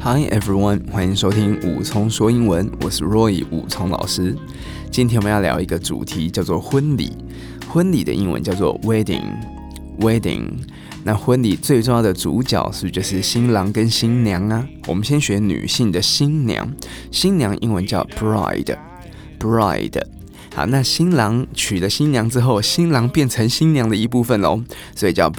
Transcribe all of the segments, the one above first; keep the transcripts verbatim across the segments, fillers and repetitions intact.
Hi everyone， 欢迎收听武聪说英文，我是 Roy 武聪老师。今天我们要聊一个主题，叫做婚礼。婚礼的英文叫做 wedding，wedding。那婚礼最重要的主角是不是就是新郎跟新娘啊？我们先学女性的新娘，新娘英文叫 bride，bride。好，那新郎娶了新娘之后，新郎变成新娘的一部分哦，所以叫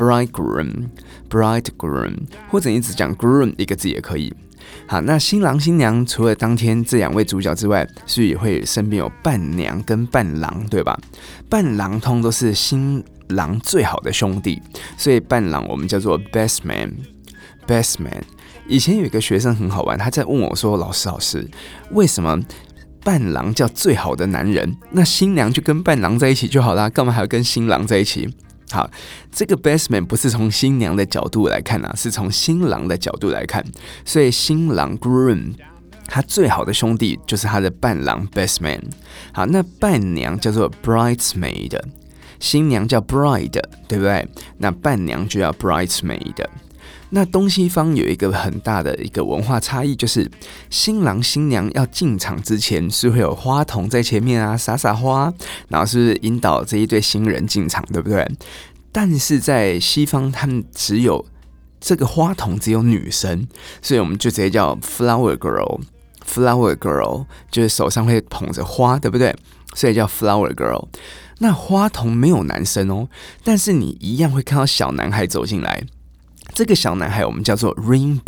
bridegroom，bridegroom， 或者你只讲 groom 一个字也可以。好，那新郎新娘除了当天这两位主角之外，是不是也会身边有伴娘跟伴郎，对吧？伴郎通都是新郎最好的兄弟，所以伴郎我们叫做 best man，best man。以前有一个学生很好玩，他在问我说：“老师，老师，为什么伴郎叫最好的男人？那新娘就跟伴郎在一起就好啦，干嘛还要跟新郎在一起？”好，这个 best man 不是从新娘的角度来看啊，是从新郎的角度来看。所以新郎 groom 他最好的兄弟就是他的伴郎 best man。好，那伴娘叫做 bridesmaid， 新娘叫 bride， 对不对？那伴娘就叫 bridesmaid。那东西方有一个很大的一个文化差异，就是新郎新娘要进场之前是会有花童在前面啊，撒撒花，然后是引导这一对新人进场，对不对？但是在西方，他们只有这个花童只有女生，所以我们就直接叫 flower girl。flower girl 就是手上会捧着花，对不对？所以叫 flower girl。那花童没有男生哦，但是你一样会看到小男孩走进来。这个小男孩我们叫做 ring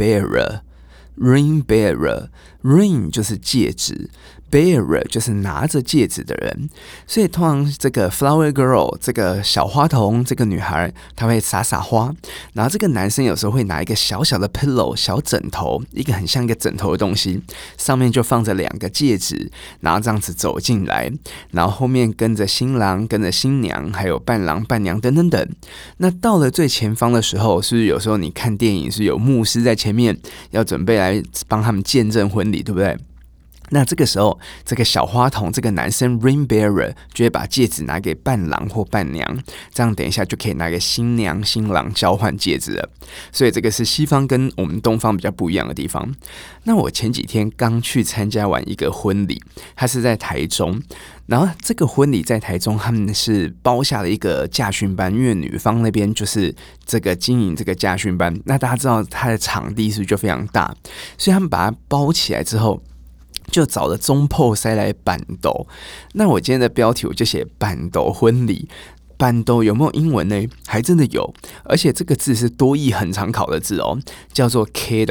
bearer，ring bearer，ring 就是戒指 ，bearer 就是拿着戒指的人。所以通常这个 flower girl 这个小花童这个女孩，她会撒撒花，然后这个男生有时候会拿一个小小的 pillow 小枕头，一个很像一个枕头的东西，上面就放着两个戒指，然后这样子走进来，然后后面跟着新郎、跟着新娘，还有伴郎、伴娘等等等。那到了最前方的时候，是不是有时候你看电影是有牧师在前面，要准备来帮他们见证婚礼，对不对？那这个时候，这个小花童，这个男生 ring bearer 就会把戒指拿给伴郎或伴娘，这样等一下就可以拿给新娘、新郎交换戒指了。所以这个是西方跟我们东方比较不一样的地方。那我前几天刚去参加完一个婚礼，它是在台中。然后这个婚礼在台中，他们是包下了一个驾训班，因为女方那边就是这个经营这个驾训班。那大家知道它的场地是不是就非常大，所以他们把它包起来之后，就找了中破塞来办斗。那我今天的标题我就写办斗婚礼。办斗有没有英文呢？还真的有，而且这个字是多益很常考的字哦，叫做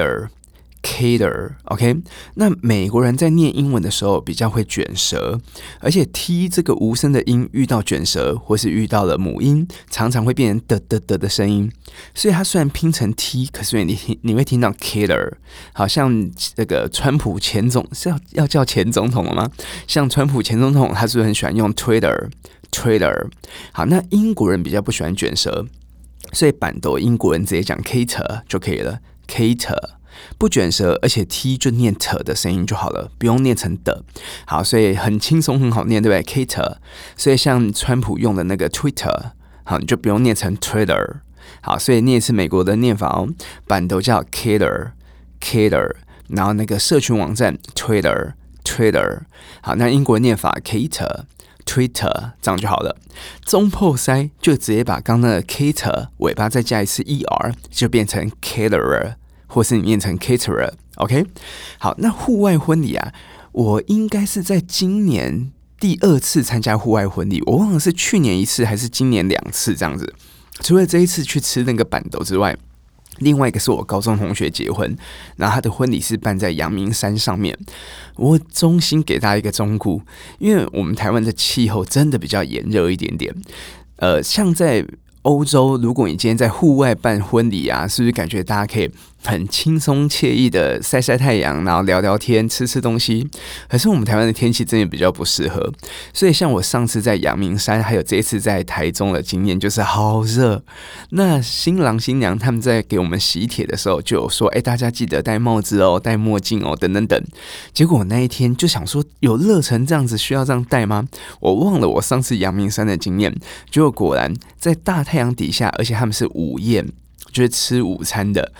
cater。cater，OK， 那美国人在念英文的时候比较会卷舌，而且 t 这个无声的音遇到卷舌或是遇到了母音，常常会变成的的的的声音。所以它虽然拼成 t， 可是你你会听到 cater， 好像这个川普前总是 要, 要叫前总统了吗？像川普前总统，他是不是很喜欢用 Twitter？Twitter， 好，那英国人比较不喜欢卷舌，所以板斗英国人直接讲 cater 就可以了 ，cater。不卷舌，而且 t 就念 t 的声音就好了，不用念成的。好，所以很轻松，很好念，对不对 ？cater。所以像川普用的那个 Twitter， 好，你就不用念成 Twitter。好，所以念一次美国的念法哦，板斗叫 cater，cater， 然后那个社群网站 Twitter，Twitter。好，那英国的念法 cater。Twitter 这样就好了，中破塞就直接把刚刚的 cater 尾巴再加一次 er， 就变成 caterer， 或是你念成 caterer，OK？、okay? 好，那户外婚礼啊，我应该是在今年第二次参加户外婚礼，我忘了是去年一次还是今年两次这样子。除了这一次去吃那个板斗之外，另外一个是我高中同学结婚，然后他的婚礼是办在阳明山上面。我衷心给他一个忠告，因为我们台湾的气候真的比较炎热一点点。呃，像在欧洲，如果你今天在户外办婚礼啊，是不是感觉大家可以很轻松惬意的晒晒太阳，然后聊聊天，吃吃东西？可是我们台湾的天气真的比较不适合，所以像我上次在阳明山，还有这一次在台中的经验，就是好热。那新郎新娘他们在给我们喜帖的时候，就有说：“哎、欸，大家记得戴帽子哦，戴墨镜哦，等等等。”结果我那一天就想说，有热成这样子，需要这样戴吗？我忘了我上次阳明山的经验，结果果然在大太阳底下，而且他们是午宴，就是吃午餐的。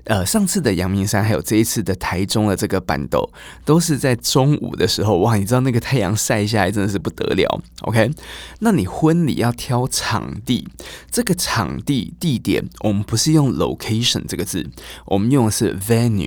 呃，上次的阳明山还有这一次的台中的这个板斗，都是在中午的时候，哇，你知道那个太阳晒下来真的是不得了 ，OK？ 那你婚礼要挑场地，这个场地地点，我们不是用 location 这个字，我们用的是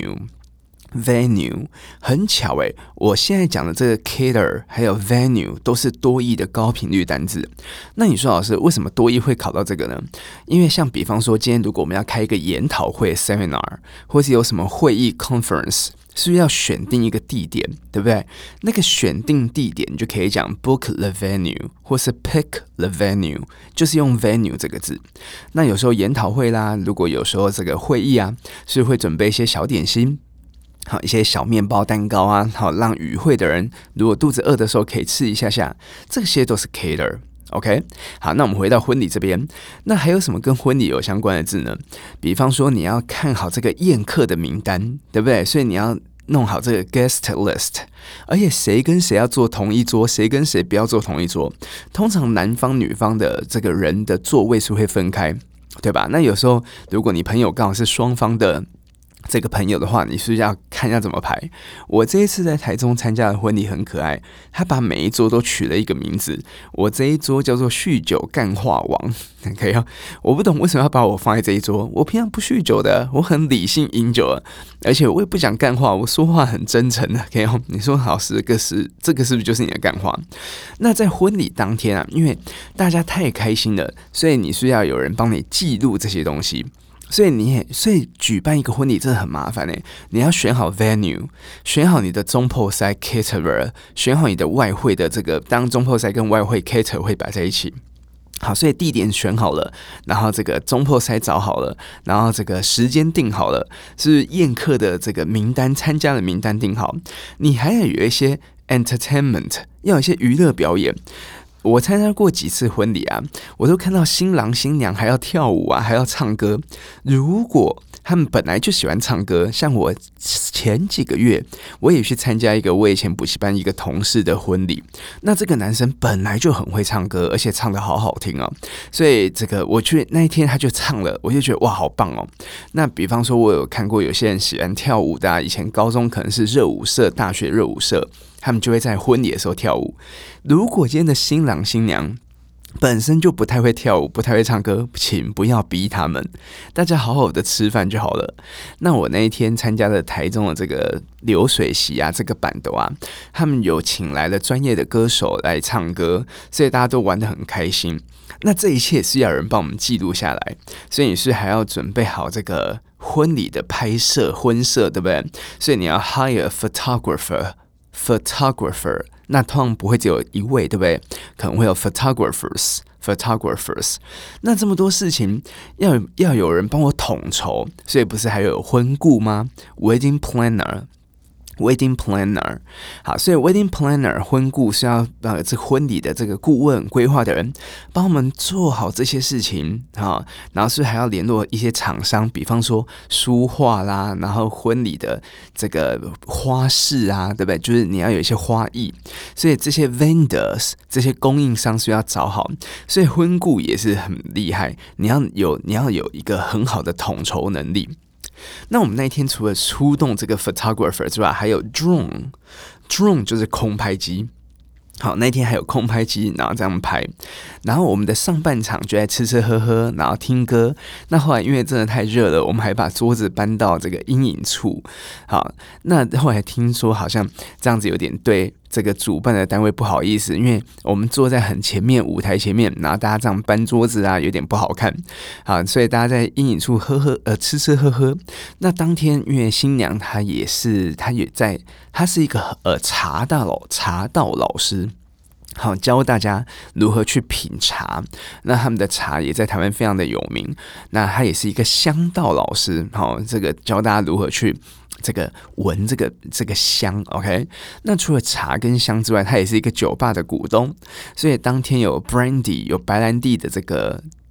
venue。venue 很巧诶，我现在讲的这个 cater 还有 venue 都是多益的高频率单字。那你说老师为什么多益会考到这个呢？因为像比方说今天如果我们要开一个研讨会 seminar， 或是有什么会议 conference， 是不是要选定一个地点，对不对？那个选定地点你就可以讲 book the venue 或是 pick the venue， 就是用 venue 这个字。那有时候研讨会啦，如果有时候这个会议啊，是会准备一些小点心，好，一些小面包蛋糕啊，好，让与会的人如果肚子饿的时候可以吃一下下，这些都是 cater。OK， 好，那我们回到婚礼这边，那还有什么跟婚礼有相关的字呢？比方说你要看好这个宴客的名单，对不对？所以你要弄好这个 guest list， 而且谁跟谁要坐同一桌，谁跟谁不要坐同一桌。通常男方女方的这个人的座位是会分开，对吧？那有时候如果你朋友刚好是双方的这个朋友的话，你是不是要看要怎么排？我这一次在台中参加的婚礼很可爱，他把每一桌都取了一个名字。我这一桌叫做酗酒干话王，可以哦。我不懂为什么要把我放在这一桌，我平常不酗酒的，我很理性饮酒的，而且我也不讲干话，我说话很真诚的，可以哦。你说老师，这个是这个是不是就是你的干话？那在婚礼当天啊，因为大家太开心了，所以你需要有人帮你记录这些东西。所以你也，所以举办一个婚礼真的很麻烦诶，你要选好 venue， 选好你的中破塞 caterer， 选好你的外汇的这个，当中破塞跟外汇 cater 会摆在一起。好，所以地点选好了，然后这个中破塞找好了，然后这个时间定好了，是宴客的这个名单，参加的名单定好，你还要有一些 entertainment， 要有一些娱乐表演。我参加过几次婚礼啊，我都看到新郎新娘还要跳舞啊，还要唱歌。如果他们本来就喜欢唱歌，像我前几个月我也去参加一个我以前补习班一个同事的婚礼，那这个男生本来就很会唱歌，而且唱得好好听哦，所以这个我去那一天他就唱了，我就觉得哇好棒哦。那比方说我有看过有些人喜欢跳舞的啊，以前高中可能是热舞社，大学热舞社，他们就会在婚礼的时候跳舞。如果今天的新郎新娘本身就不太会跳舞，不太会唱歌，请不要逼他们，大家好好的吃饭就好了。那我那一天参加的台中的这个流水席啊，这个板斗啊，他们有请来了专业的歌手来唱歌，所以大家都玩得很开心。那这一切是要有人帮我们记录下来，所以你是还要准备好这个婚礼的拍摄婚摄，对不对？所以你要 hire a photographer photographer， 那通常不会只有一位，对不对？可能会有 photographers photographers。 那这么多事情要要有人帮我统筹，所以不是还有婚顾吗？ Wedding planner Wedding planner， 好，所以 wedding planner 婚顾是要呃这婚礼的这个顾问规划的人，帮我们做好这些事情啊，然后是还要联络一些厂商，比方说书画啦，然后婚礼的这个花饰啊，对不对？就是你要有一些花艺，所以这些 vendors 这些供应商是要找好，所以婚顾也是很厉害，你要有你要有一个很好的统筹能力。那我们那一天除了出动这个 photographer 之外，还有 drone drone 就是空拍机。好，那一天还有空拍机，然后这样拍，然后我们的上半场就在吃吃喝喝，然后听歌。那后来因为真的太热了，我们还把桌子搬到这个阴影处。好，那后来听说好像这样子有点对这个主办的单位不好意思，因为我们坐在很前面舞台前面，然后大家这样搬桌子啊，有点不好看。好，所以大家在阴影处喝喝呃吃吃喝喝。那当天因为新娘她也是她也在，她是一个呃茶道茶道老师。好，教大家如何去品茶。那他们的茶也在台湾非常的有名。那他也是一个香道老师，好，这个教大家如何去这个闻这个这个香 ，OK？ 那除了茶跟香之外，他也是一个酒吧的股东，所以当天有 brandy 有白兰地的这个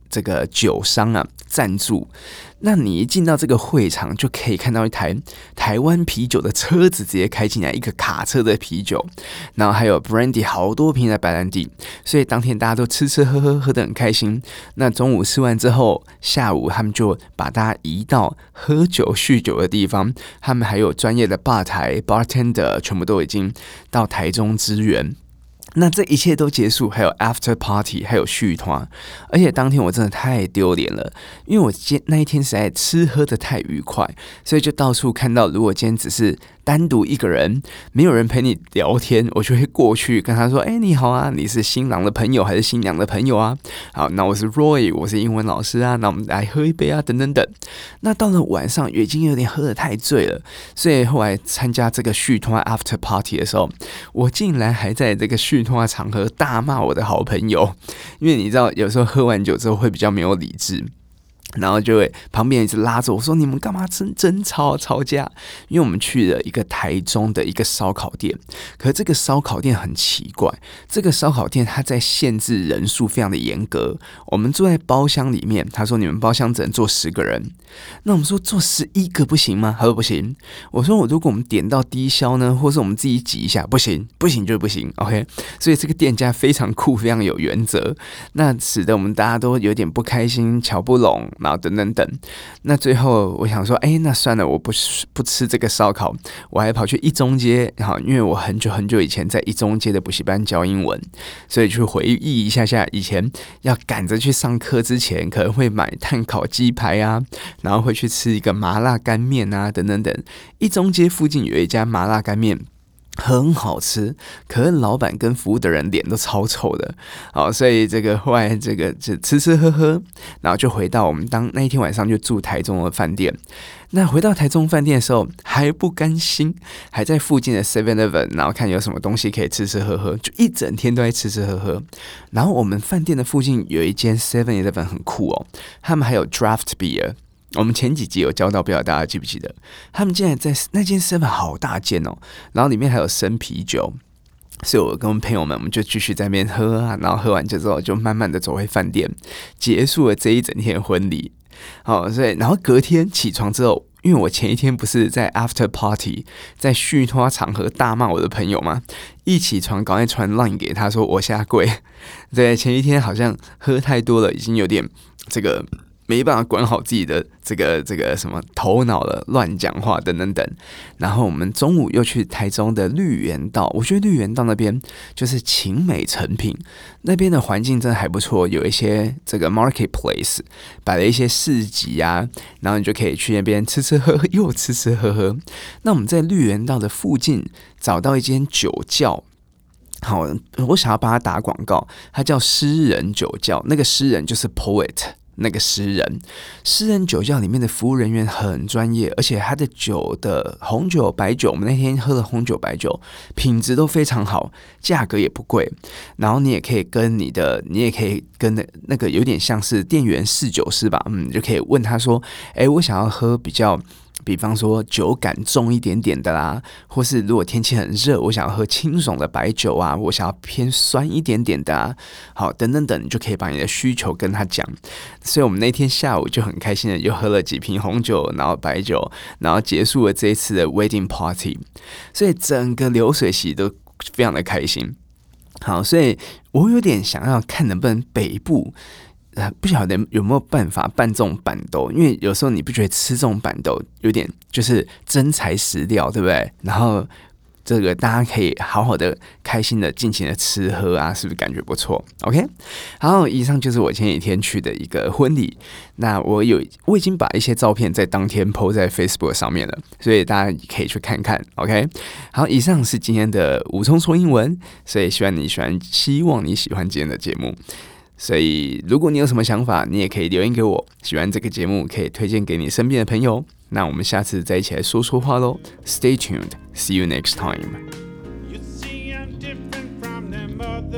这个酒商啊赞助。那你一进到这个会场，就可以看到一台台湾啤酒的车子直接开进来，一个卡车的啤酒，然后还有 brandy 好多瓶的白兰地，所以当天大家都吃吃喝喝，喝得很开心。那中午吃完之后，下午他们就把大家移到喝酒酗酒的地方，他们还有专业的吧台 bartender 全部都已经到台中支援。那这一切都结束，还有 after party， 还有续团，而且当天我真的太丢脸了，因为我今那一天实在吃喝的太愉快，所以就到处看到，如果今天只是单独一个人，没有人陪你聊天，我就会过去跟他说：“哎、欸，你好啊，你是新郎的朋友还是新娘的朋友啊？好，那我是 Roy， 我是英文老师啊，那我们来喝一杯啊，等等等。”那到了晚上，已经有点喝得太醉了，所以后来参加这个续团 after party 的时候，我竟然还在这个续团场合大骂我的好朋友，因为你知道，有时候喝完酒之后会比较没有理智。然后就会旁边一直拉着我说：“你们干嘛争争吵吵架？”因为我们去了一个台中的一个烧烤店，可是这个烧烤店很奇怪，这个烧烤店它在限制人数非常的严格。我们坐在包厢里面，他说你们包厢只能坐十个人。那我们说坐十一个不行吗？他说不行。我说我如果我们点到低消呢，或是我们自己挤一下，不行，不行就是不行。OK， 所以这个店家非常酷，非常有原则，那使得我们大家都有点不开心，瞧不拢。然后等等等，那最后我想说，哎，那算了，我不不吃这个烧烤，我还跑去一中街，好，因为我很久很久以前在一中街的补习班教英文，所以去回忆一下下以前要赶着去上课之前，可能会买炭烤鸡排啊，然后会去吃一个麻辣干面啊，等等等。一中街附近有一家麻辣干面。很好吃，可是老板跟服务的人脸都超臭的，好，所以这个后来这个就吃吃喝喝，然后就回到我们当那一天晚上就住台中的饭店。那回到台中饭店的时候还不甘心，还在附近的 seven eleven， 然后看有什么东西可以吃吃喝喝，就一整天都在吃吃喝喝。然后我们饭店的附近有一间 seven eleven 很酷哦，他们还有 draft beer。我们前几集有教到，不知道大家记不记得？他们竟然在那间 seven 好大间哦，然后里面还有生啤酒，所以我跟朋友们我们就继续在那边喝啊，然后喝完酒之后就慢慢的走回饭店，结束了这一整天的婚礼。好，所以然后隔天起床之后，因为我前一天不是在 after party 在续托场合大骂我的朋友吗？一起床赶快传 line 给他说我下跪。对，前一天好像喝太多了，已经有点这个。没办法管好自己的这个这个什么头脑了，乱讲话等等等。然后我们中午又去台中的绿园道，我觉得绿园道那边就是勤美成品那边的环境真的还不错，有一些这个 marketplace 摆了一些市集啊，然后你就可以去那边吃吃喝喝，又吃吃喝喝。那我们在绿园道的附近找到一间酒窖。好，我想要帮他打广告，他叫诗人酒窖，那个诗人就是 poet。那个诗人，诗人酒窖里面的服务人员很专业，而且他的酒的红酒、白酒，我们那天喝了红酒、白酒，品质都非常好，价格也不贵。然后你也可以跟你的，你也可以跟那那个有点像是店员侍酒师吧，嗯，就可以问他说，哎，我想要喝比较。比方说酒感重一点点的啦，或是如果天气很热，我想要喝清爽的白酒啊，我想要偏酸一点点的啊，好，等等等，你就可以把你的需求跟他讲。所以我们那天下午就很开心的又喝了几瓶红酒，然后白酒，然后结束了这一次的 wedding party， 所以整个流水席都非常的开心。好，所以我有点想要看能不能北部。不晓得有没有办法办这种板豆，因为有时候你不觉得吃这种板豆有点就是真材实料，对不对？然后这个大家可以好好的、开心的、尽情的吃喝啊，是不是感觉不错 ？OK， 好，以上就是我前几天去的一个婚礼。那我有我已经把一些照片在当天 po 在 Facebook 上面了，所以大家可以去看看。OK， 好，以上是今天的武聪说英文，所以希望你喜欢，希望你喜欢今天的节目。所以，如果你有什么想法，你也可以留言给我。喜欢这个节目，可以推荐给你身边的朋友。那我们下次再一起来说说话喽。Stay tuned. See you next time.